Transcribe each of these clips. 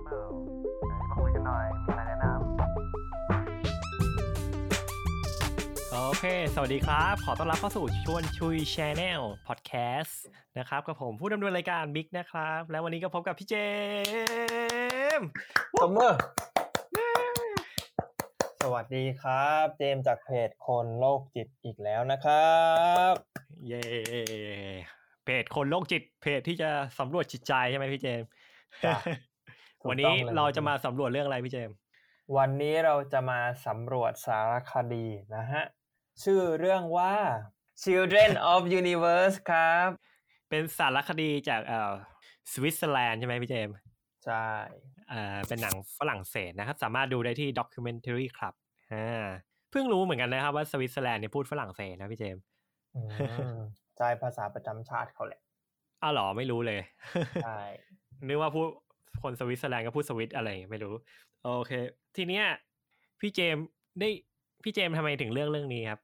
เปล่ามาคุยกันหน่อยมีอะไรแนะนำโอเคสวัสดีครับขอต้อนรับเข้าสู่ชวนชุย Channel Podcast นะครับกับผมผู้ดำเนินรายการบิ๊กนะครับและวันนี้ก็พบกับพี่เจมส์ตบมือสวัสดีครับเจมส์จากเพจคนโรคจิตอีกแล้วนะครับเย้เพจคนโรคจิตเพจที่จะสำรวจจิตใจใช่ไหมพี่เจมส์วันนี้เราจะมาสำรวจเรื่องอะไรพี่เจมส์วันนี้เราจะมาสำรวจสารคดีนะฮะชื่อเรื่องว่า Children of Universe ครับเป็นสารคดีจากสวิตเซอร์แลนด์ใช่ไหมพี่เจมส์ใช่เป็นหนังฝรั่งเศสนะครับสามารถดูได้ที่ Documentary Club เพิ่งรู้เหมือนกันนะครับว่าสวิตเซอร์แลนด์เนี่ยพูดฝรั่งเศสนะพี่เจมส์ใช่ภาษาประจำชาติเขาแหละอ้าวเหรอไม่รู้เลยใช่นึกว่าพูดคนสวิตเซอร์แลนด์ก็พูดสวิตอะไรไม่รู้โอเคทีเนี้ยพี่เจมทำไมถึงเรื่องนี้ครับ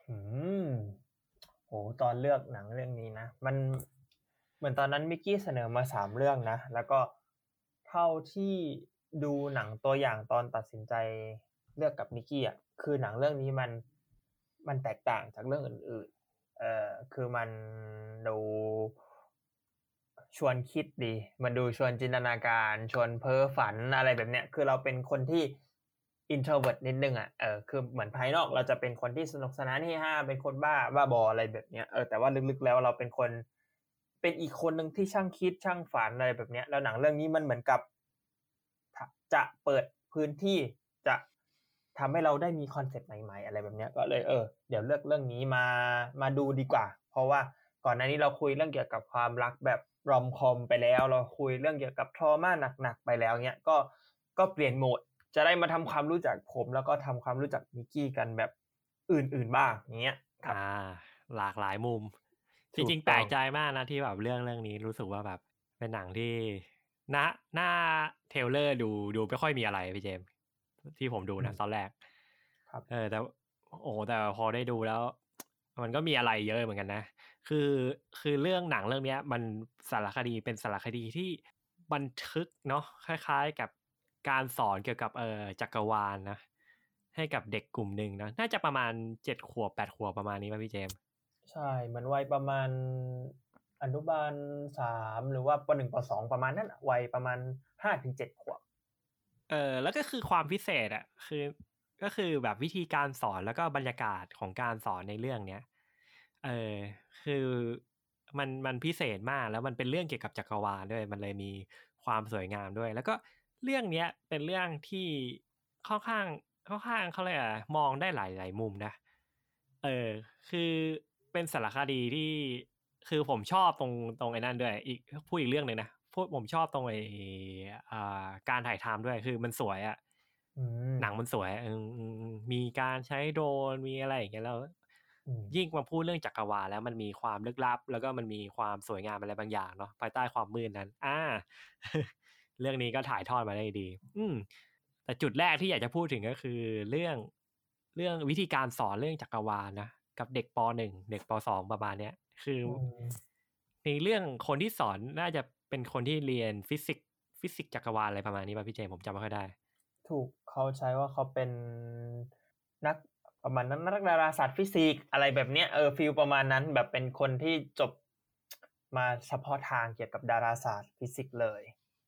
โหตอนเลือกหนังเรื่องนี้นะมันเหมือนตอนนั้นมิกกี้เสนอมา3เรื่องนะแล้วก็เท่าที่ดูหนังตัวอย่างตอนตัดสินใจเลือกกับมิกกี้อ่ะคือหนังเรื่องนี้มันแตกต่างจากเรื่องอื่นๆคือมันดูชวนคิดดีมันดูชวนจินตนาการชวนเพ้อฝันอะไรแบบเนี้ยคือเราเป็นคนที่introvert นิดนึงอ่ะคือเหมือนภายนอกเราจะเป็นคนที่สนุกสนานเฮฮาเป็นคนบ้าบออะไรแบบเนี้ยแต่ว่าลึกๆแล้วเราเป็นคนเป็นอีกคนนึงที่ช่างคิดช่างฝันอะไรแบบเนี้ยแล้วหนังเรื่องนี้มันเหมือนกับจะเปิดพื้นที่จะทำให้เราได้มีคอนเซ็ปต์ใหม่ๆอะไรแบบเนี้ยก็เลยเดี๋ยวเลือกเรื่องนี้มาดูดีกว่าเพราะว่าก่อนหน้านี้เราคุยเรื่องเกี่ยวกับความรักแบบรอมคอมไปแล้วเราคุยเรื่องเกี่ยวกับทรอมาหนักๆไปแล้วเนี้ยก็เปลี่ยนโหมดจะได้มาทำความรู้จักผมแล้วก็ทำความรู้จักมิกกี้กันแบบอื่นๆบ้างอย่างเงี้ยครับหลากหลายมุมจริงๆแปลกใจมากนะที่แบบเรื่องนี้รู้สึกว่าแบบเป็นหนังที่หน้าเทรลเลอร์ดูไม่ค่อยมีอะไรพี่เจมส์ที่ผมดูนะตอนแรกครับแต่พอได้ดูแล้วมันก็มีอะไรเยอะเหมือนกันนะคือเรื่องหนังเรื่องนี้มันเป็นสารคดีที่บันทึกเนาะคล้ายๆกับการสอนเกี่ยวกับจักรวาลนะให้กับเด็กกลุ่มนึงนะน่าจะประมาณ7 ขวบ 8 ขวบประมาณนี้ป่ะพี่เจมส์ใช่มันวัยประมาณอนุบาล3หรือว่าป.1 ป.2ประมาณนั้นวัยประมาณ 5-7 ขวบแล้วก็คือความพิเศษอ่ะก็คือแบบวิธีการสอนแล้วก็บรรยากาศของการสอนในเรื่องเนี้ยคือมันพิเศษมากแล้วมันเป็นเรื่องเกี่ยวกับจักรวาลด้วยมันเลยมีความสวยงามด้วยแล้วก็เรื่องเนี้ยเป็นเรื่องที่ค่อนข้างเขาเลยมองได้หลายมุมนะคือเป็นสารคดีที่คือผมชอบตรงไอ้นั่นด้วยพูดอีกเรื่องนึงนะผมชอบตรงการถ่ายทำด้วยคือมันสวยอ่ะหนังมันสวยมีการใช้โดรนมีอะไรอย่างเงี้ยแล้วยิ่งมาพูดเรื่องจักรวาลแล้วมันมีความลึกลับแล้วก็มันมีความสวยงามอะไรบางอย่างเนาะภายใต้ความมืดนั้นเรื่องนี้ก็ถ่ายทอดมาได้ดีแต่จุดแรกที่อยากจะพูดถึงก็คือเรื่องวิธีการสอนเรื่องจักรวาลนะกับเด็กป.1 เด็กป.2 ประมาณเนี้ยคือในเรื่องคนที่สอนน่าจะเป็นคนที่เรียนฟิสิกส์จักรวาลอะไรประมาณนี้ป่ะพี่เจมผมจำไม่ค่อยได้ถูกเขาใช้ว่าเขาเป็นนักประมาณนั้นนักดาราศาสตร์ฟิสิกส์อะไรแบบเนี้ยฟีลประมาณนั้นแบบเป็นคนที่จบมาเฉพาะทางเกี่ยวกับดาราศาสตร์ฟิสิกส์เลย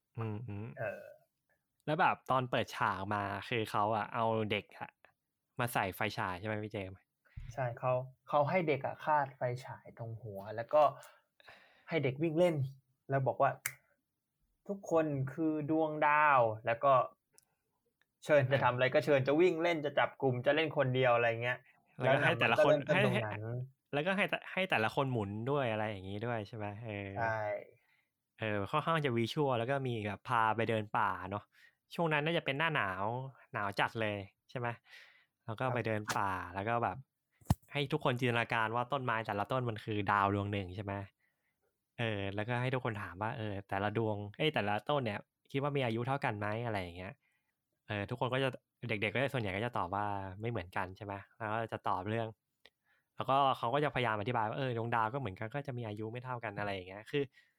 แล้วแบบตอนเปิดฉากมาคือเขาเอาเด็กมาใส่ไฟฉายใช่ไหมพี่เจมใช่เขาให้เด็กคาดไฟฉายตรงหัวแล้วก็ให้เด็กวิ่งเล่นแล้วบอกว่าทุกคนคือดวงดาวแล้วก็เชิญจะทำอะไรก็เชิญจะวิ่งเล่นจะจับกลุ่มจะเล่นคนเดียวอะไรเงี้ยแล้วให้แต่ละคนแล้วก็ให้แต่ละคนหมุนด้วยอะไรอย่างนี้ด้วยใช่ไหมใช่ค่อนข้างจะวิชวลแล้วก็มีแบบพาไปเดินป่าเนาะช่วงนั้นน่าจะเป็นหน้าหนาวจัดเลยใช่ไหมแล้วก็ไปเดินป่าแล้วก็แบบให้ทุกคนจินตนาการว่าต้นไม้แต่ละต้นมันคือดาวดวงหนึ่งใช่ไหมแล้วก็ให้ทุกคนถามว่าแต่ละดวงแต่ละต้นเนี่ยคิดว่ามีอายุเท่ากันไหมอะไรอย่างเงี้ยทุกคนก็จะเด็กๆก็ส่วนใหญ่ก็จะตอบว่าไม่เหมือนกันใช่ไหมแล้วก็จะตอบเรื่องแล้วก็เขาก็จะพยายามอธิบายว่าดวงดาวก็เหมือนกันก็จะมีอายุไม่เท่ากันอะไรอย่างเงี้ยคือ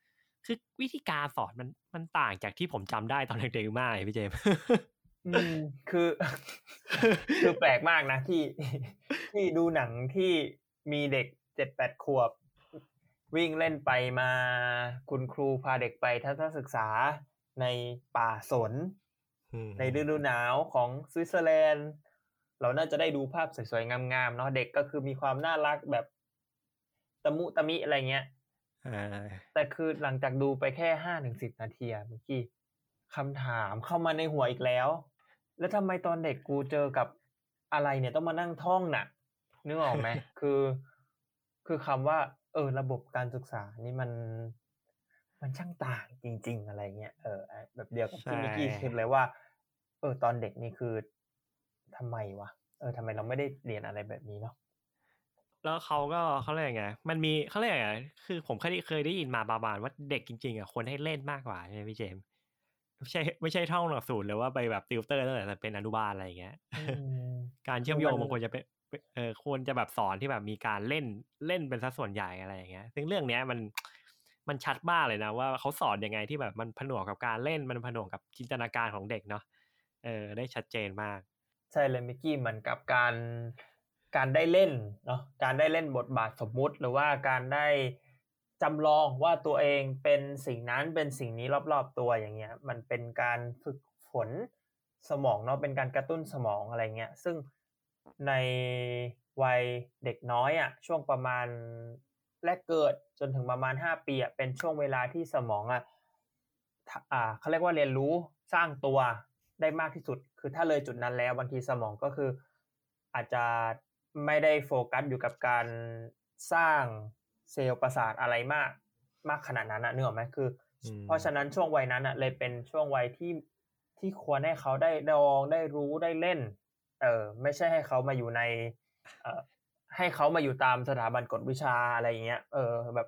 คือวิธีการสอนมันต่างจากที่ผมจำได้ตอนเด็กๆมากเลยพี่เจมส์คือ คือแปลกมากนะที่ดูหนังที่มีเด็ก 7-8 ขวบวิ่งเล่นไปมาคุณครูพาเด็กไปทัศนศึกษาในป่าสนในฤดูหนาวของสวิตเซอร์แลนด์เราน่าจะได้ดูภาพสวยๆงามๆเนาะเด็กก็คือมีความน่ารักแบบตะมุตะมิอะไรเงี้ยแต่คือหลังจากดูไปแค่ 5-10 นาทีเมื่อกี้คำถามเข้ามาในหัวอีกแล้วทำไมตอนเด็กกูเจอกับอะไรเนี่ยต้องมานั่งท่องน่ะนึกออกไหม คือคำว่าระบบการศึกษานี่มันช่างต่างจริงๆอะไรเงี้ยแบบเดียวกับที่มิกกี้คิดเลยว่าตอนเด็กนี่คือทำไมวะทำไมเราไม่ได้เรียนอะไรแบบนี้เนาะแล้วเขาเรียกไงมันมีเขาเรียกไงคือผมเคยได้ยินมาประมาณว่าเด็กจริงๆควรให้เล่นมากกว่าใช่ไหมพี่เจมส์ไม่ใช่ท่องหลักสูตรหรือว่าไปแบบติวเตอร์ตั้งแต่เป็นอนุบาลอะไรอย่างเงี้ย การเชื่อมโยงมันควรจะเป็นควรจะแบบสอนที่แบบมีการเล่นเป็นซะส่วนใหญ่อะไรอย่างเงี้ยซึ่งเรื่องเนี้ยมันชัดมากเลยนะว่าเขาสอนยังไงที่แบบมันผนวกกับการเล่นมันผนวกกับจินตนาการของเด็กเนาะได้ชัดเจนมากใช่เลยมิกกี้เหมือนกับการได้เล่นเนาะการได้เล่นบทบาทสมมุติหรือว่าการได้จำลองว่าตัวเองเป็นสิ่งนั้นเป็นสิ่งนี้รอบๆตัวอย่างเงี้ยมันเป็นการฝึกฝนสมองเนาะเป็นการกระตุ้นสมองอะไรเงี้ยซึ่งในวัยเด็กน้อยช่วงประมาณแรกเกิดจนถึงประมาณ5 ปีเป็นช่วงเวลาที่สมองเขาเรียกว่าเรียนรู้สร้างตัวได้มากที่สุดคือถ้าเลยจุดนั้นแล้วบางทีสมองก็คืออาจจะไม่ได้โฟกัสอยู่กับการสร้างเซลล์ประสาทอะไรมากขนาดนั้นนึกออกไหมคือเพราะฉะนั้นช่วงวัยนั้นเลยเป็นช่วงวัยที่ควรให้เขาได้ลองได้รู้ได้เล่นไม่ใช่ให้เขามาอยู่ในให้เขามาอยู่ตามสถาบันกวดวิชาอะไรอย่างเงี้ยแบบ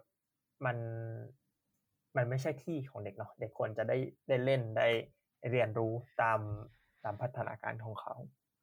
มันไม่ใช่ที่ของเด็กเนาะเด็กควรจะได้เล่นได้เรียนรู้ตามพัฒนาการของเขา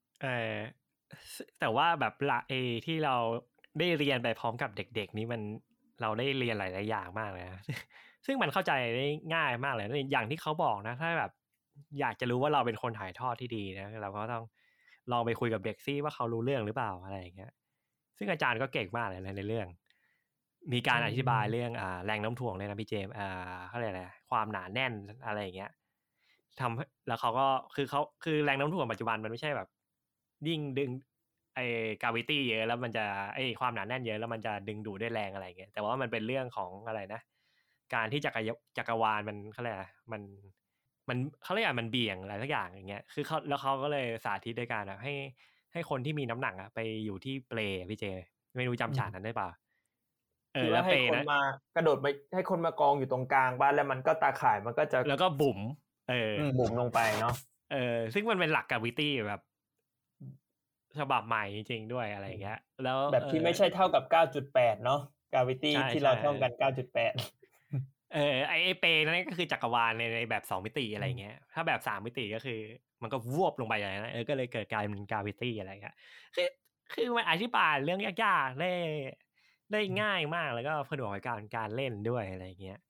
แต่ว่าแบบที่เราได้เรียนไปพร้อมกับเด็กๆนี้เราได้เรียนหลายๆอย่างมากเลยนะซึ่งมันเข้าใจได้ง่ายมากเลยอย่างที่เขาบอกนะถ้าแบบอยากจะรู้ว่าเราเป็นคนถ่ายทอดที่ดีนะเราก็ต้องลองไปคุยกับเด็กซิว่าเขารู้เรื่องหรือเปล่าอะไรอย่างเงี้ยซึ่งอาจารย์ก็เก่งมากเลยในเรื่องมีการอธิบายเรื่องแรงโน้มถ่วงเลยนะพี่เจมส์เขาเรียกอะไรความหนาแน่นอะไรอย่างเงี้ยแล้วเขาก็คือแรงโน้มถ่วงปัจจุบันมันไม่ใช่แบบยิ่งดึงgravity เยอะแล้วมันจะความหนาแน่นเยอะแล้วมันจะดึงดูดด้วยแรงอะไรเงี้ยแต่ว่ามันเป็นเรื่องของอะไรนะการที่จักรวาลมันเขาเรียกมันเขาเรียกมันเบี่ยงอะไรสักอย่างอย่างเงี้ยคือเขาก็เลยสาธิตด้วยการให้คนที่มีน้ำหนักไปอยู่ที่เปลพี่เจไม่รู้จำฉากนั้นได้เปล่าแล้วให้คนมากระโดดไปให้คนมากองอยู่ตรงกลางบ้านแล้วมันก็ตาข่ายมันก็จะแล้วก็บุ๋มบุ๋มลงไปเนาะซึ่งมันเป็นหลักgravityแบบฉบับใหม่จริงๆด้วยอะไรอย่างเงี้ยแล้วแบบที่ไม่ใช่เท่ากับ 9.8 เนาะ gravity ที่เราท่องกัน 9.8 ไอเปนั่นก็คือจักรวาลในแบบ2มิติอะไรเงี้ยถ้าแบบ3มิติก็คือมันก็วบลงไปอย่างนั้นก็เลยเกิดกลายเป็น gravity อะไรเงี้ยคือมันอธิบายเรื่องยากๆได้ง่ายมากแล้วก็สะดวกในการเล่นด้วยอะไรเงี้ย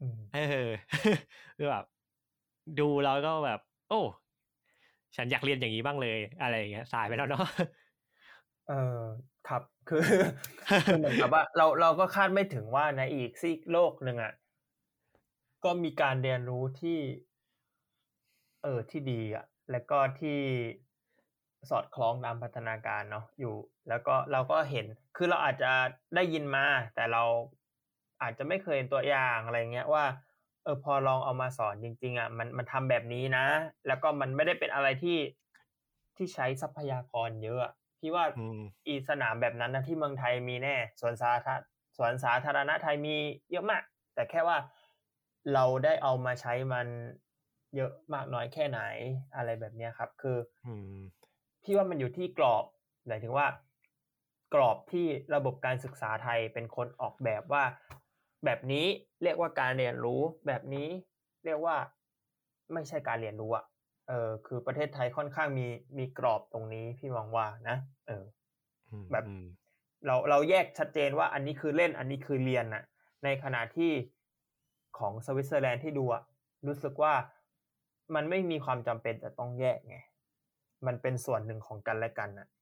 คือแบบดูแล้วก็แบบโอ้ฉันอยากเรียนอย่างนี้บ้างเลยอะไรอย่างเงี้ยสายไปแล้วเนาะครับคือเหมือนกับว่าเราก็คาดไม่ถึงว่าในอีกซีกโลกนึงก็มีการเรียนรู้ที่ดีแล้วก็ที่สอดคล้องตามพัฒนาการเนาะอยู่แล้วก็เราก็เห็นคือเราอาจจะได้ยินมาแต่เราอาจจะไม่เคยเห็นตัวอย่างอะไรเงี้ยว่าพอลองเอามาสอนจริงๆมันทำแบบนี้นะแล้วก็มันไม่ได้เป็นอะไรที่ใช้ทรัพยากรเยอะพี่ว่าอีสนามแบบนั้นนะที่เมืองไทยมีแน่สวนสาธารณะไทยมีเยอะมากแต่แค่ว่าเราได้เอามาใช้มันเยอะมากน้อยแค่ไหนอะไรแบบนี้ครับคือพี่ว่ามันอยู่ที่กรอบหมายถึงว่ากรอบที่ระบบการศึกษาไทยเป็นคนออกแบบว่าแบบนี้เรียกว่าการเรียนรู้แบบนี้เรียกว่าไม่ใช่การเรียนรู้คือประเทศไทยค่อนข้างมีกรอบตรงนี้พี่มองว่านะแบบเราแยกชัดเจนว่าอันนี้คือเล่นอันนี้คือเรียนในขณะที่ของสวิตเซอร์แลนด์ที่ดูอะรู้สึกว่ามันไม่มีความจำเป็นจะต้องแยกไงมันเป็นส่วนหนึ่งของกันและกันน่ะ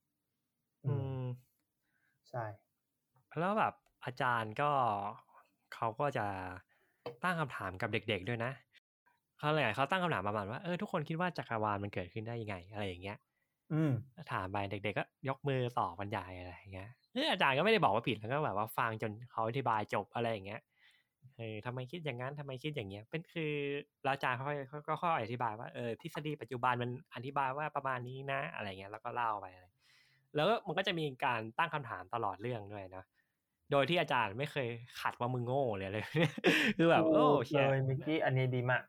ใช่แล้วแบบอาจารย์ก็เขาก็จะตั้งคำถามกับเด็กๆด้วยนะเขาตั้งคำถามประมาณว่าทุกคนคิดว่าจักรวาลมันเกิดขึ้นได้ยังไงอะไรอย่างเงี้ยถามไปเด็กๆก็ยกมือตอบบรรยายอะไรอย่างเงี้ยอาจารย์ก็ไม่ได้บอกว่าผิดแล้วก็แบบว่าฟังจนเขาอธิบายจบอะไรอย่างเงี้ยทำไมคิดอย่างนั้นทำไมคิดอย่างเงี้ยเป็นคืออาจารย์เขาก็ค่อยอธิบายว่าทฤษฎีปัจจุบันมันอธิบายว่าประมาณนี้นะอะไรเงี้ยแล้วก็เล่าไปอะไรแล้วมันก็จะมีการตั้งคำถามตลอดเรื่องด้วยนะโดยที่อาจารย์ไม่เคยขัดว่ามึงโง่เลย คือแบบโอ้เชียเลยมิกกี้อันนี้ดีมาก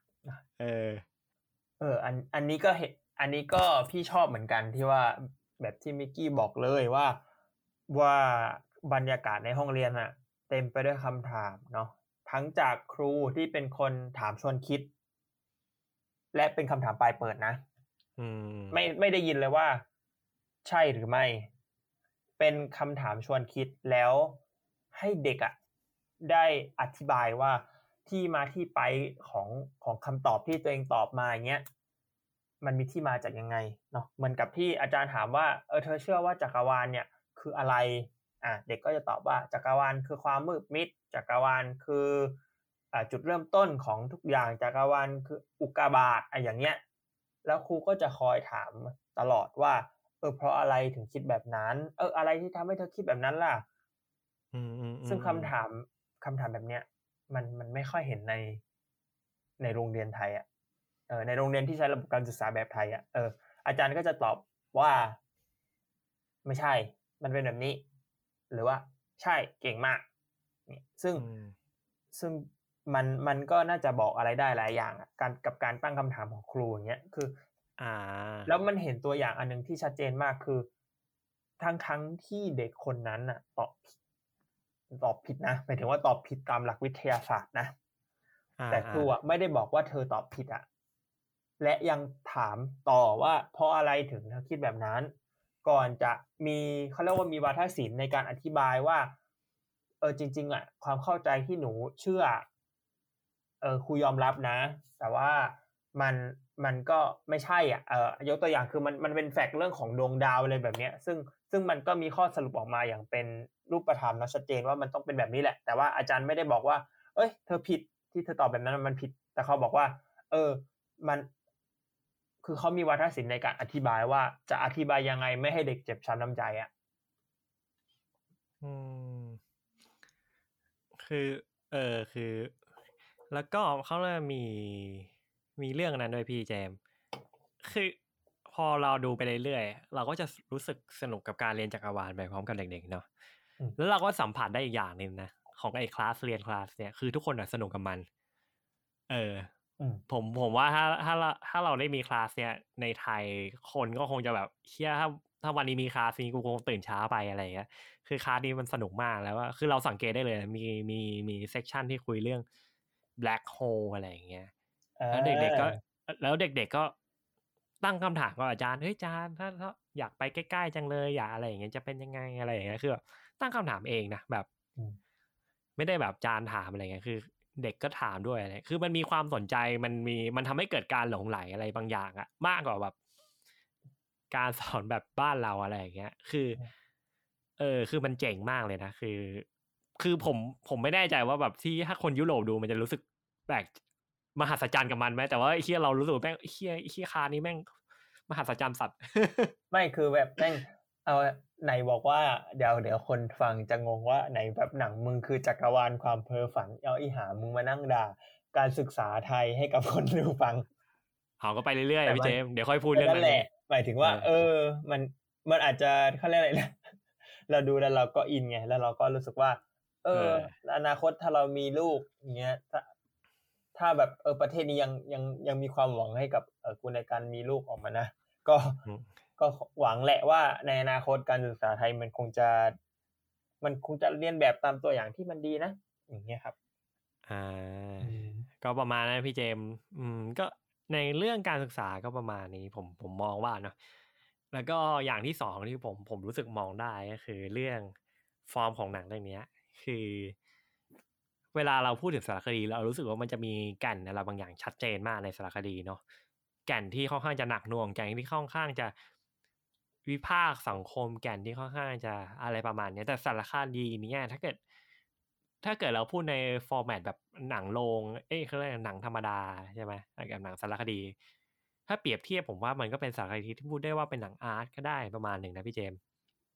อันนี้ก็อันนี้ก็พี่ชอบเหมือนกันที่ว่าแบบที่มิกกี้บอกเลยว่าบรรยากาศในห้องเรียนอะเต็มไปด้วยคำถามเนาะทั้งจากครูที่เป็นคนถามชวนคิดและเป็นคำถามปลายเปิดนะไม่ได้ยินเลยว่าใช่หรือไม่เป็นคำถามชวนคิดแล้วให้เด็กอะได้อธิบายว่าที่มาที่ไปของคำตอบที่ตัวเองตอบมาอย่างเงี้ยมันมีที่มาจากยังไงเนาะเหมือนกับที่อาจารย์ถามว่าเธอเชื่อว่าจักรวาลเนี่ยคืออะไรเด็กก็จะตอบว่าจักรวาลคือความมืดมิดจักรวาลคือจุดเริ่มต้นของทุกอย่างจักรวาลคืออุกกาบาตอย่างเงี้ยแล้วครูก็จะคอยถามตลอดว่าเพราะอะไรถึงคิดแบบนั้นอะไรที่ทำให้เธอคิดแบบนั้นล่ะซึ่งคำถามแบบเนี้ยมันไม่ค่อยเห็นในโรงเรียนไทยในโรงเรียนที่ใช้ระบบการศึกษาแบบไทยอาจารย์ก็จะตอบว่าไม่ใช่มันเป็นแบบนี้หรือว่าใช่เก่งมากนี่ซึ่งมันก็น่าจะบอกอะไรได้หลายอย่างกับการตั้งคำถามของครูอย่างเงี้ยคือแล้วมันเห็นตัวอย่างอันนึงที่ชัดเจนมากคือทั้งที่เด็กคนนั้นน่ะตอบผิดนะหมายถึงว่าตอบผิดตามหลักวิทยาศาสตร์นะแต่ครูไม่ได้บอกว่าเธอตอบผิดและยังถามต่อว่าเพราะอะไรถึงเธอคิดแบบนั้นก่อนจะมีเขาเรียกว่ามีวาทศิลป์ในการอธิบายว่าจริงๆความเข้าใจที่หนูเชื่อครูยอมรับนะแต่ว่ามันก็ไม่ใช่ยกตัวอย่างคือมันเป็นแฟกต์เรื่องของดวงดาวอะไรแบบนี้ซึ่งมันก็มีข้อสรุปออกมาอย่างเป็นรูปธรรมและชัดเจนว่ามันต้องเป็นแบบนี้แหละแต่ว่าอาจารย์ไม่ได้บอกว่าเธอผิดที่เธอตอบแบบนั้นมันผิดแต่เขาบอกว่ามันคือเขามีวาทศิลป์ในการอธิบายว่าจะอธิบายยังไงไม่ให้เด็กเจ็บช้ำน้ำใจคือแล้วก็เขาเลยมีเรื่องนั้นด้วยพี่เจมคือพอเราดูไปเรื่อยๆเราก็จะรู้สึกสนุกกับการเรียนจักรวาลไปพร้อมกับเด็กๆเนาะแล้วเราก็สัมผัสได้อีกอย่างนึงนะของไอ้คลาสเนี่ยคือทุกคนสนุกกับมันผมว่าถ้าเราได้มีคลาสเนี่ยในไทยคนก็คงจะแบบเชี่ยถ้าวันนี้มีคลาสนี้กูคงตื่นเช้าไปอะไรอย่างเงี้ยคือคลาสนี้มันสนุกมากแล้วว่าคือเราสังเกตได้เลยมีเซกชันที่คุยเรื่อง black hole อะไรอย่างเงี้ยแล้วเด็กๆก็ตั้งคำถามกับอาจารย์เฮ้ยอาจารย์ถ้าอยากไปใกล้ๆจังเลยอยากอะไรอย่างเงี้ยจะเป็นยังไงอะไรอย่างเงี้ยคือแบบตั้งคำถามเองนะแบบไม่ได้แบบอาจารย์ถามอะไรเงี้ยคือเด็กก็ถามด้วยอะไรคือมันมีความสนใจมันทำให้เกิดการหลงไหลอะไรบางอย่างอะมากกว่าแบบการสอนแบบบ้านเราอะไรอย่างเงี้ยคือคือมันเจ๋งมากเลยนะคือผมไม่แน่ใจว่าแบบที่ถ้าคนยุโรปดูมันจะรู้สึกแปลกมหัศจรรย์กับมันไหมแต่ว่าไอ้เหี้ยเรารู้สึกแม่งเหี้ยคานี้แม่งมหัศจรรย์สัตว์ไม่คือแบบแม่งเอาไหนบอกว่าเดี๋ยวคนฟังจะงงว่าไหนแบบหนังมึงคือจักรวาลความเพ้อฝันเอาอีหามึงมานั่งด่าการศึกษาไทยให้กับคนดูฟังเขาก็ไปเรื่อยๆพี่เจมเดี๋ยวค่อยพูดเรื่องนั้นแหละหมายถึงว่ามันอาจจะเขาเรียกอะไรนะเราดูแล้วเราก็อินไงแล้วเราก็รู้สึกว่าอนาคตถ้าเรามีลูกอย่างเงี้ยถ้าแบบประเทศนี้ยังมีความหวังให้กับกูในการมีลูกออกมานะก็หวังแหละว่าในอนาคตการศึกษาไทยมันคงจะเรียนแบบตามตัวอย่างที่มันดีนะอย่างเงี้ยครับก็ประมาณนั้นพี่เจมก็ในเรื่องการศึกษาก็ประมาณนี้ผมมองว่าเนาะแล้วก็อย่างที่สองที่ผมรู้สึกมองได้ก็คือเรื่องฟอร์มของหนังเรื่องนี้คือเวลาเราพูดถึงสารคดีเรารู้สึกว่ามันจะมีแก่นอะไรบางอย่างชัดเจนมากในสารคดีเนาะแก่นที่ค่อนข้างจะหนักหน่วงแก่นที่ค่อนข้างจะวิพากษ์สังคมแก่นที่ค่อนข้างจะอะไรประมาณนี้แต่สารคดีเนี่ยถ้าเกิดเราพูดในฟอร์แมตแบบหนังโรงเขาเรียกหนังธรรมดาใช่ไหมกับหนังสารคดีถ้าเปรียบเทียบผมว่ามันก็เป็นสารคดีที่พูดได้ว่าเป็นหนังอาร์ตก็ได้ประมาณหนึ่งนะพี่เจมส์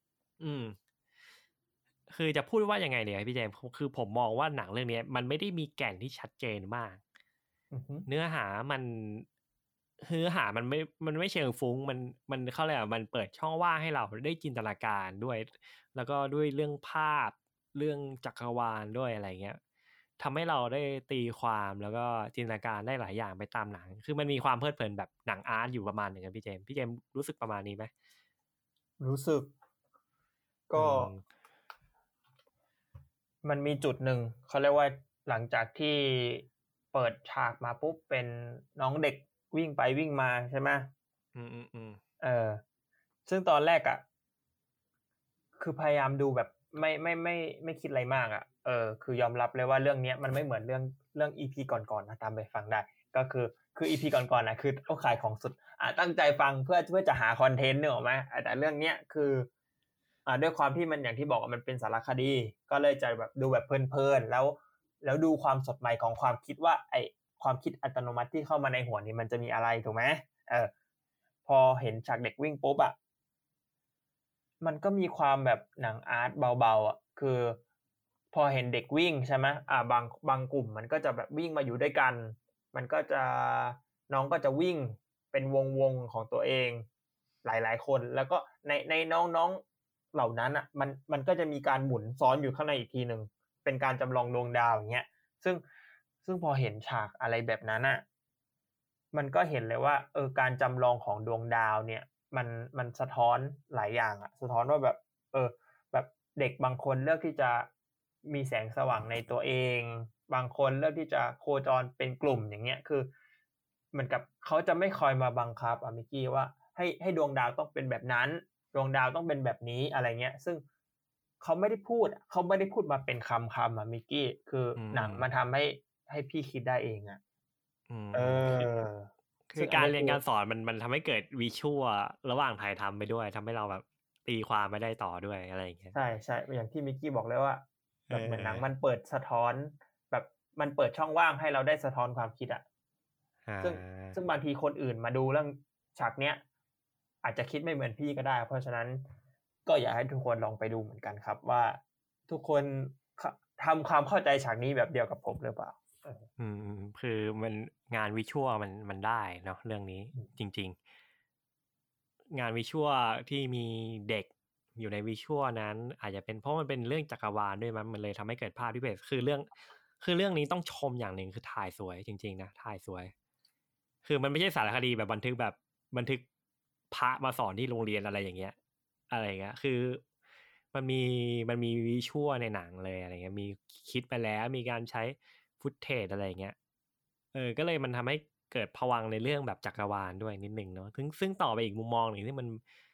คือจะพูดว่ายังไงเนี่ยพี่เจมส์คือผมมองว่าหนังเรื่องนี้มันไม่ได้มีแก่นที่ชัดเจนมากเนื้อหามันไม่เชิงฟุ้งมันเข้าเลยมันเปิดช่องว่างให้เราได้จินตนาการด้วย แล้วก็ด้วยเรื่องภาพเรื่องจักรวาลด้วยอะไรเงี้ยทำให้เราได้ตีความแล้วก็จินตนาการได้หลายอย่างไปตามหนังคือมันมีความเพลิดเพลินแบบหนังอาร์ตอยู่ประมาณหนึ่งครับพี่เจมส์รู้สึกประมาณนี้ไหมรู้สึกก็มันมีจุดหนึ่งเขาเรียกว่าหลังจากที่เปิดฉากมาปุ๊บเป็นน้องเด็กวิ่งไปวิ่งมาใช่ไหมซึ่งตอนแรกอ่ะคือพยายามดูแบบไม่คิดอะไรมากอ่ะคือยอมรับเลยว่าเรื่องนี้มันไม่เหมือนเรื่อง EP ก่อนๆนะตามไปฟังได้ก็คือ EP ก่อนๆนะคือเอาขายของสุดตั้งใจฟังเพื่อจะหาคอนเทนต์นึกออกไหมแต่เรื่องเนี้ยคือด้วยความที่มันอย่างที่บอกมันเป็นสารคดีก็เลยจะแบบดูแบบเพลินๆแล้วดูความสดใหม่ของความคิดว่าไอความคิดอัตโนมัติที่เข้ามาในหัวนี้มันจะมีอะไรถูกไหมพอเห็นฉากเด็กวิ่งปุ๊บอ่ะมันก็มีความแบบหนังอาร์ตเบาๆอ่ะคือพอเห็นเด็กวิ่งใช่ไหมบางกลุ่มมันก็จะแบบวิ่งมาอยู่ด้วยกันมันก็จะน้องก็จะวิ่งเป็นวงของตัวเองหลายๆคนแล้วก็ในน้องๆเหล่านั้นอ่ะมันก็จะมีการหมุนซ้อนอยู่ข้างในอีกทีนึงเป็นการจำลองดวงดาวอย่างเงี้ยซึ่งพอเห็นฉากอะไรแบบนั้นอ่ะมันก็เห็นเลยว่าการจำลองของดวงดาวเนี่ยมันสะท้อนหลายอย่างอ่ะสะท้อนว่าแบบแบบเด็กบางคนเลือกที่จะมีแสงสว่างในตัวเองบางคนเลือกที่จะโคจรเป็นกลุ่มอย่างเงี้ยคือเหมือนกับเขาจะไม่คอยมาบังคับมิกกี้ว่าให้ดวงดาวต้องเป็นแบบนั้นดวงดาวต้องเป็นแบบนี้อะไรเงี้ยซึ่งเขาไม่ได้พูดมาเป็นคำมิกกี้คือหนังมันทำให้พี่คิดได้เองอ่ะคือการเรียนการสอนมันทำให้เกิดวิชวลระหว่างถ่ายทำไปด้วยทำให้เราแบบตีความไม่ได้ต่อด้วยอะไรอย่างเงี้ยใช่ใช่อย่างที่มิกกี้บอกเลยว่าแบบเหมือนหนังมันเปิดสะท้อนแบบมันเปิดช่องว่างให้เราได้สะท้อนความคิดอ่ะซึ่งบางทีคนอื่นมาดูเรื่องฉากเนี้ยอาจจะคิดไม่เหมือนพี่ก็ได้เพราะฉะนั้นก็อยากให้ทุกคนลองไปดูเหมือนกันครับว่าทุกคนทำความเข้าใจฉากนี้แบบเดียวกับผมหรือเปล่าคือมันงานวิชวลมันได้เนาะเรื่องนี้จริงๆงานวิชวลที่มีเด็กอยู่ในวิชวลนั้นอาจจะเป็นเพราะมันเป็นเรื่องจักรวาลด้วยมันเลยทำให้เกิดภาพที่เป็นคือเรื่องนี้ต้องชมอย่างหนึ่งคือถ่ายสวยจริงๆนะถ่ายสวยคือมันไม่ใช่สารคดีแบบบันทึกพระมาสอนที่โรงเรียนอะไรอย่างเงี้ยคือมันมีวิชวลในหนังเลยอะไรเงี้ยมีคิดไปแล้วมีการใช้ฟุตเทจอะไรเงี้ยก็เลยมันทำให้เกิดภวังค์ในเรื่องแบบจักรวาลด้วยนิดนึงเนาะซึ่งต่อไปอีกมุมมองหนึ่งที่มัน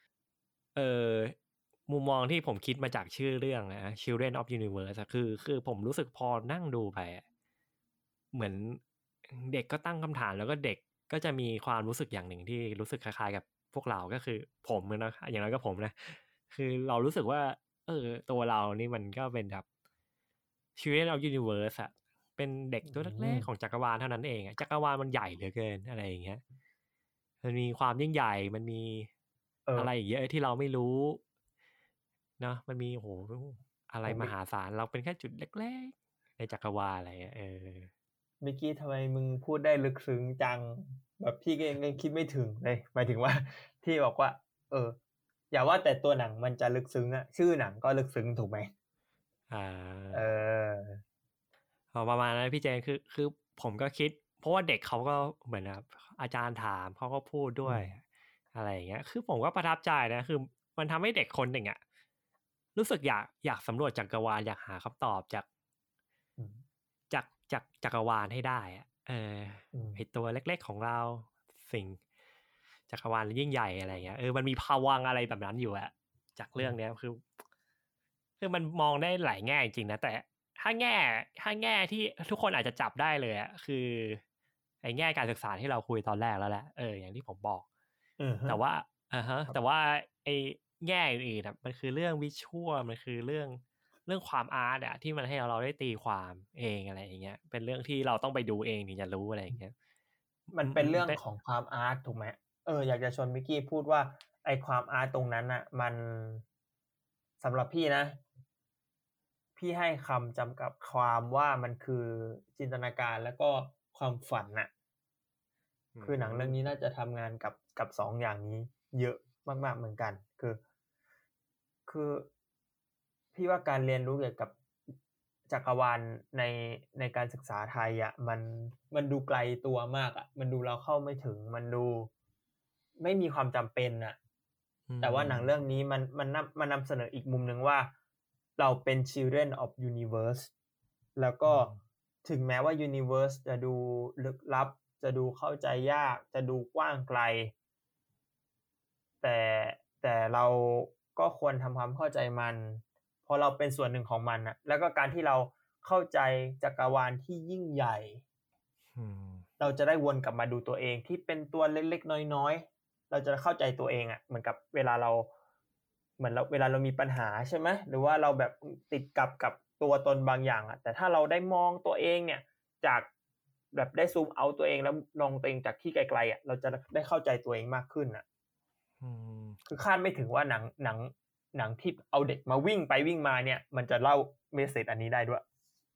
มุมมองที่ผมคิดมาจากชื่อเรื่องนะ Children of Universe คือผมรู้สึกพอนั่งดูไปเหมือนเด็กก็ตั้งคำถามแล้วก็เด็กก็จะมีความรู้สึกอย่างหนึ่งที่รู้สึกคล้ายๆกับพวกเราก็คือผมนะอย่างน้อยก็ผมนะคือเรารู้สึกว่าตัวเรานี่มันก็เป็นแบบ Children of Universe อะเป็นเด็กตัวเล็กๆของจักรวาลเท่านั้นเองอะจักรวาลมันใหญ่เหลือเกินอะไรอย่างเงี้ยมันมีความยิ่งใหญ่มันมีอะไรอีกเยอะที่เราไม่รู้เนาะมันมีโหอะไรมหาศาลเราเป็นแค่จุดเล็กๆในจักรวาลอะไรมิกกี้ทำไมมึงพูดได้ลึกซึ้งจังแบบพี่ก็ยังคิดไม่ถึงเลยหมายถึงว่าที่บอกว่าอย่าว่าแต่ตัวหนังมันจะลึกซึ้งอะชื่อหนังก็ลึกซึ้งถูกไหมประมาณนั้นพี่เจนคือผมก็คิดเพราะว่าเด็กเขาก็เหมือนแบบอาจารย์ถามเขาก็พูดด้วยอะไรอย่างเงี้ยคือผมก็ประทับใจนะคือมันทำให้เด็กคนหนึ่งอะรู้สึกอยากสำรวจจักรวาลอยากหาคำตอบจากจักรวาลให้ได้อะไอตัวเล็กๆของเราสิ่งจักรวาลยิ่งใหญ่อะไรเงี้ยมันมีภวังค์อะไรแบบนั้นอยู่อะจากเรื่องเนี้ยคือมันมองได้หลายแง่จริงนะแต่ถ้าแง่ที่ทุกคนอาจจะจับได้เลยอ่ะคือไอ้แง่การศึกษาที่เราคุยตอนแรกแล้วแหละอย่างที่ผมบอกแต่ว่าแต่ว่าไอ้แง่อื่นๆมันคือเรื่องวิชวลมันคือเรื่องความอาร์ตอะที่มันให้เราได้ตีความเองอะไรอย่างเงี้ยเป็นเรื่องที่เราต้องไปดูเองถึงจะรู้อะไรอย่างเงี้ยมันเป็นเรื่องของความอาร์ตถูกไหมอยากจะชวนมิกกี้พูดว่าไอความอาร์ตตรงนั้นอ่ะมันสำหรับพี่นะพี่ให้คำจำกัดความว่ามันคือจินตนาการแล้วก็ความฝันน่ะคือหนังเรื่องนี้น่าจะทำงานกับสองอย่างนี้เยอะมากๆเหมือนกันคือพี่ว่าการเรียนรู้เกี่ยวกับจักรวาลในการศึกษาไทยอ่ะมันดูไกลตัวมากอ่ะมันดูเราเข้าไม่ถึงมันดูไม่มีความจำเป็นอ่ะแต่ว่าหนังเรื่องนี้มันนำเสนออีกมุมหนึ่งว่าเราเป็น Children of Universe แล้วก็ถึงแม้ว่า Universe จะดูลึกลับจะดูเข้าใจยากจะดูกว้างไกลแต่เราก็ควรทำความเข้าใจมันเพราะเราเป็นส่วนหนึ่งของมันนะแล้วก็การที่เราเข้าใจจักรวาลที่ยิ่งใหญ่เราจะได้วนกลับมาดูตัวเองที่เป็นตัวเล็กๆน้อยๆเราจะเข้าใจตัวเองอ่ะเหมือนกับเวลาเรามีปัญหาใช่ไหมหรือว่าเราแบบติดกับตัวตนบางอย่างอ่ะแต่ถ้าเราได้มองตัวเองเนี่ยจากแบบได้ซูมเอาตัวเองแล้วมองตัวเองจากที่ไกลๆอ่ะเราจะได้เข้าใจตัวเองมากขึ้นอ่ะคือคาดไม่ถึงว่าหนังที่เอาเด็กมาวิ่งไปวิ่งมาเนี่ยมันจะเล่าเมสเสจอันนี้ได้ด้วย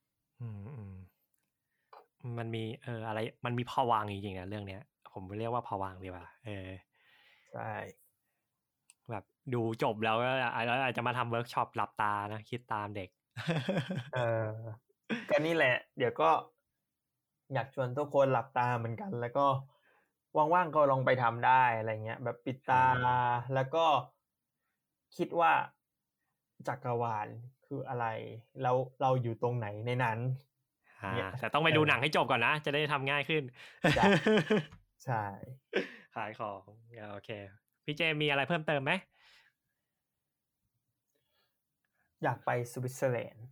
มันมีอะไรมันมีภวังค์จริงๆนะเรื่องเนี้ยผมเรียกว่าภวังค์ดีกว่าใช่แบบดูจบแล้วก็อาจจะมาทำเวิร์กช็อปหลับตานะคิดตามเด็กก็นี่แหละเดี๋ยวก็อยากชวนทุกคนหลับตาเหมือนกันแล้วก็ว่างๆก็ลองไปทำได้อะไรเงี้ยแบบปิดตาแล้วก็คิดว่าจักรวาลคืออะไรแล้วเราอยู่ตรงไหนในนั้นแต่ต้องไปดูหนังให้จบก่อนนะจะได้ทำง่ายขึ้นใช่ขายของโอเคพี่เจมีอะไรเพิ่มเติมไหมอยากไปสวิตเซอร์แลนด์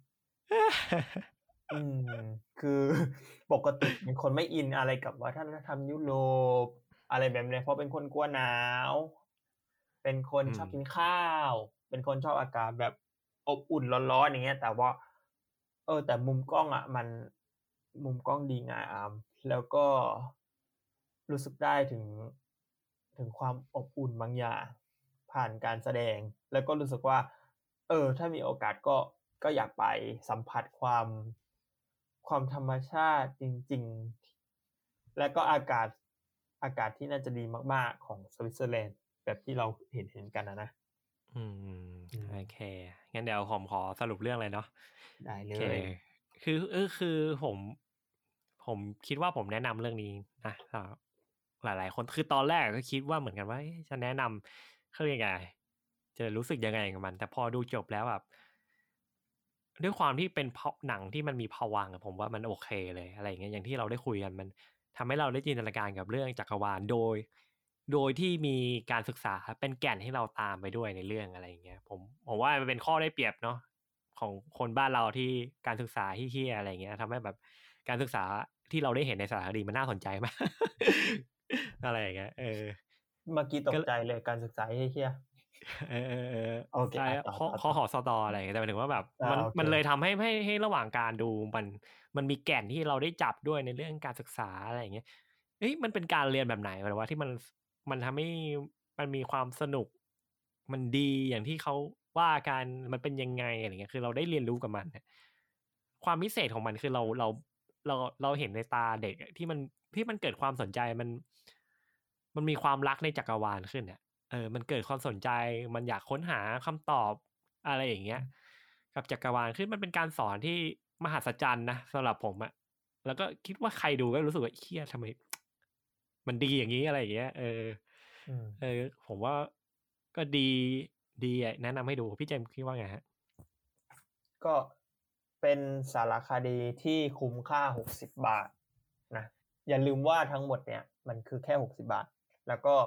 คือปกติเป็นคนไม่อินอะไรกับวัฒนธรรมยุโรปอะไรแบบนี้เพราะเป็นคนกลัวหนาวเป็นคนชอบกินข้าวเป็นคนชอบอากาศแบบอบอุ่นร้อนๆอย่างเงี้ยแต่ว่าแต่มุมกล้องอ่ะมันมุมกล้องดีงามแล้วก็รู้สึกได้ถึงความอบอุ่นบางอย่างผ่านการแสดงแล้วก็รู้สึกว่าถ้ามีโอกาสก็อยากไปสัมผัสความธรรมชาติจริงๆและก็อากาศที่น่าจะดีมากๆของสวิตเซอร์แลนด์แบบที่เราเห็นกันนะโอเคงั้นเดี๋ยวผมขอสรุปเรื่องเลยเนาะได้เลยคือผมคิดว่าผมแนะนำเรื่องนี้นะหลายๆคนคือตอนแรกก็คิดว่าเหมือนกันว่าจะแนะนำเขาเรียกไงจะรู้สึกยังไงกับมันแต่พอดูจบแล้วแบบด้วยความที่เป็นหนังที่มันมีภวังค์ผมว่ามันโอเคเลยอะไรอย่างเงี้ยอย่างที่เราได้คุยกันมันทำให้เราได้จินตนาการกับเรื่องจักรวาลโดยที่มีการศึกษาเป็นแก่นให้เราตามไปด้วยในเรื่องอะไรอย่างเงี้ยผมว่ามันเป็นข้อได้เปรียบเนาะของคนบ้านเราที่การศึกษาที่เฮี้ยอะไรอย่างเงี้ยทำให้แบบการศึกษาที่เราได้เห็นในสารคดีมันน่าสนใจมาก อะไรอย่างเงี้ยเมื่อกี้ตกใจเลยการศึกษาเฮี้ยโอเคข้อหอสตออะไรอย่างเงี้ยแต่หมายถึงว่าแบบมันเลยทำให้ระหว่างการดูมันมีแก่นที่เราได้จับด้วยในเรื่องการศึกษาอะไรอย่างเงี้ยมันเป็นการเรียนแบบไหนหรือว่าที่มันทำให้มันมีความสนุกมันดีอย่างที่เขาว่ากันมันเป็นยังไงอะไรเงี้ยคือเราได้เรียนรู้กับมันความพิเศษของมันคือเราเห็นในตาเด็กที่มันเกิดความสนใจมันมีความรักในจักรวาลขึ้นเนี่ยมันเกิดความสนใจมันอยากค้นหาคำตอบอะไรอย่างเงี้ยกับจักรวาลขึ้นมันเป็นการสอนที่มหัศจรรย์นะสำหรับผมอะแล้วก็คิดว่าใครดูก็รู้สึกว่าเฮี้ยทำไมมันดีอย่างนี้อะไรอย่างเงี้ยผมว่าก็ดีแนะนำให้ดูพี่เจมส์คิดว่าไงฮะก็เป็นสารคดีที่คุ้มค่า60 บาทนะอย่าลืมว่าทั้งหมดเนี่ยมันคือแค่60 บาทแล้วก็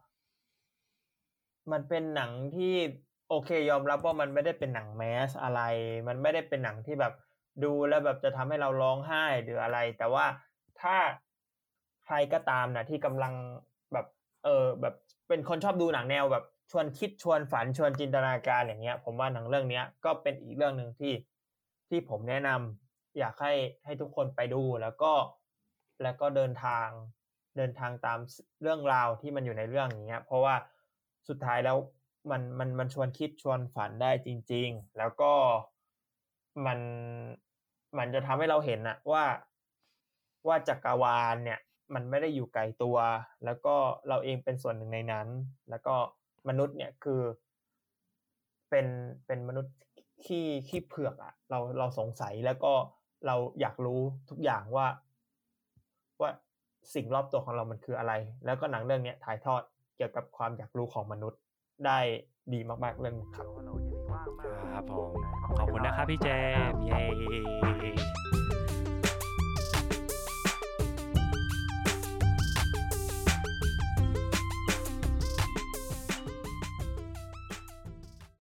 มันเป็นหนังที่โอเคยอมรับว่ามันไม่ได้เป็นหนังแมสอะไรมันไม่ได้เป็นหนังที่แบบดูแล้วแบบจะทำให้เราร้องไห้หรืออะไร แต่ว่าถ้าใครก็ตามนะที่กำลังแบบแบบเป็นคนชอบดูหนังแนวแบบชวนคิดชวนฝันชวนจินตนาการอย่างเงี้ยผมว่าหนังเรื่องเนี้ยก็เป็นอีกเรื่องนึงที่ผมแนะนำอยากให้ทุกคนไปดูแล้วก็เดินทางตามเรื่องราวที่มันอยู่ในเรื่องอย่างเงี้ยเพราะว่าสุดท้ายแล้วมันชวนคิดชวนฝันได้จริงๆแล้วก็มันมันจะทำให้เราเห็นน่ะว่าจักรวาลเนี่ยมันไม่ได้อยู่ไกลตัวแล้วก็เราเองเป็นส่วนหนึ่งในนั้นแล้วก็มนุษย์เนี่ยคือเป็นมนุษย์ขี้เผือกอะเราสงสัยแล้วก็เราอยากรู้ทุกอย่างว่าสิ่งรอบตัวของเรามันคืออะไรแล้วก็หนังเรื่องนี้ถ่ายทอดเกี่ยวกับความอยากรู้ของมนุษย์ได้ดีมากๆเรื่องนึงครับครับผมขอบคุณนะครับพี่เจมส์เย้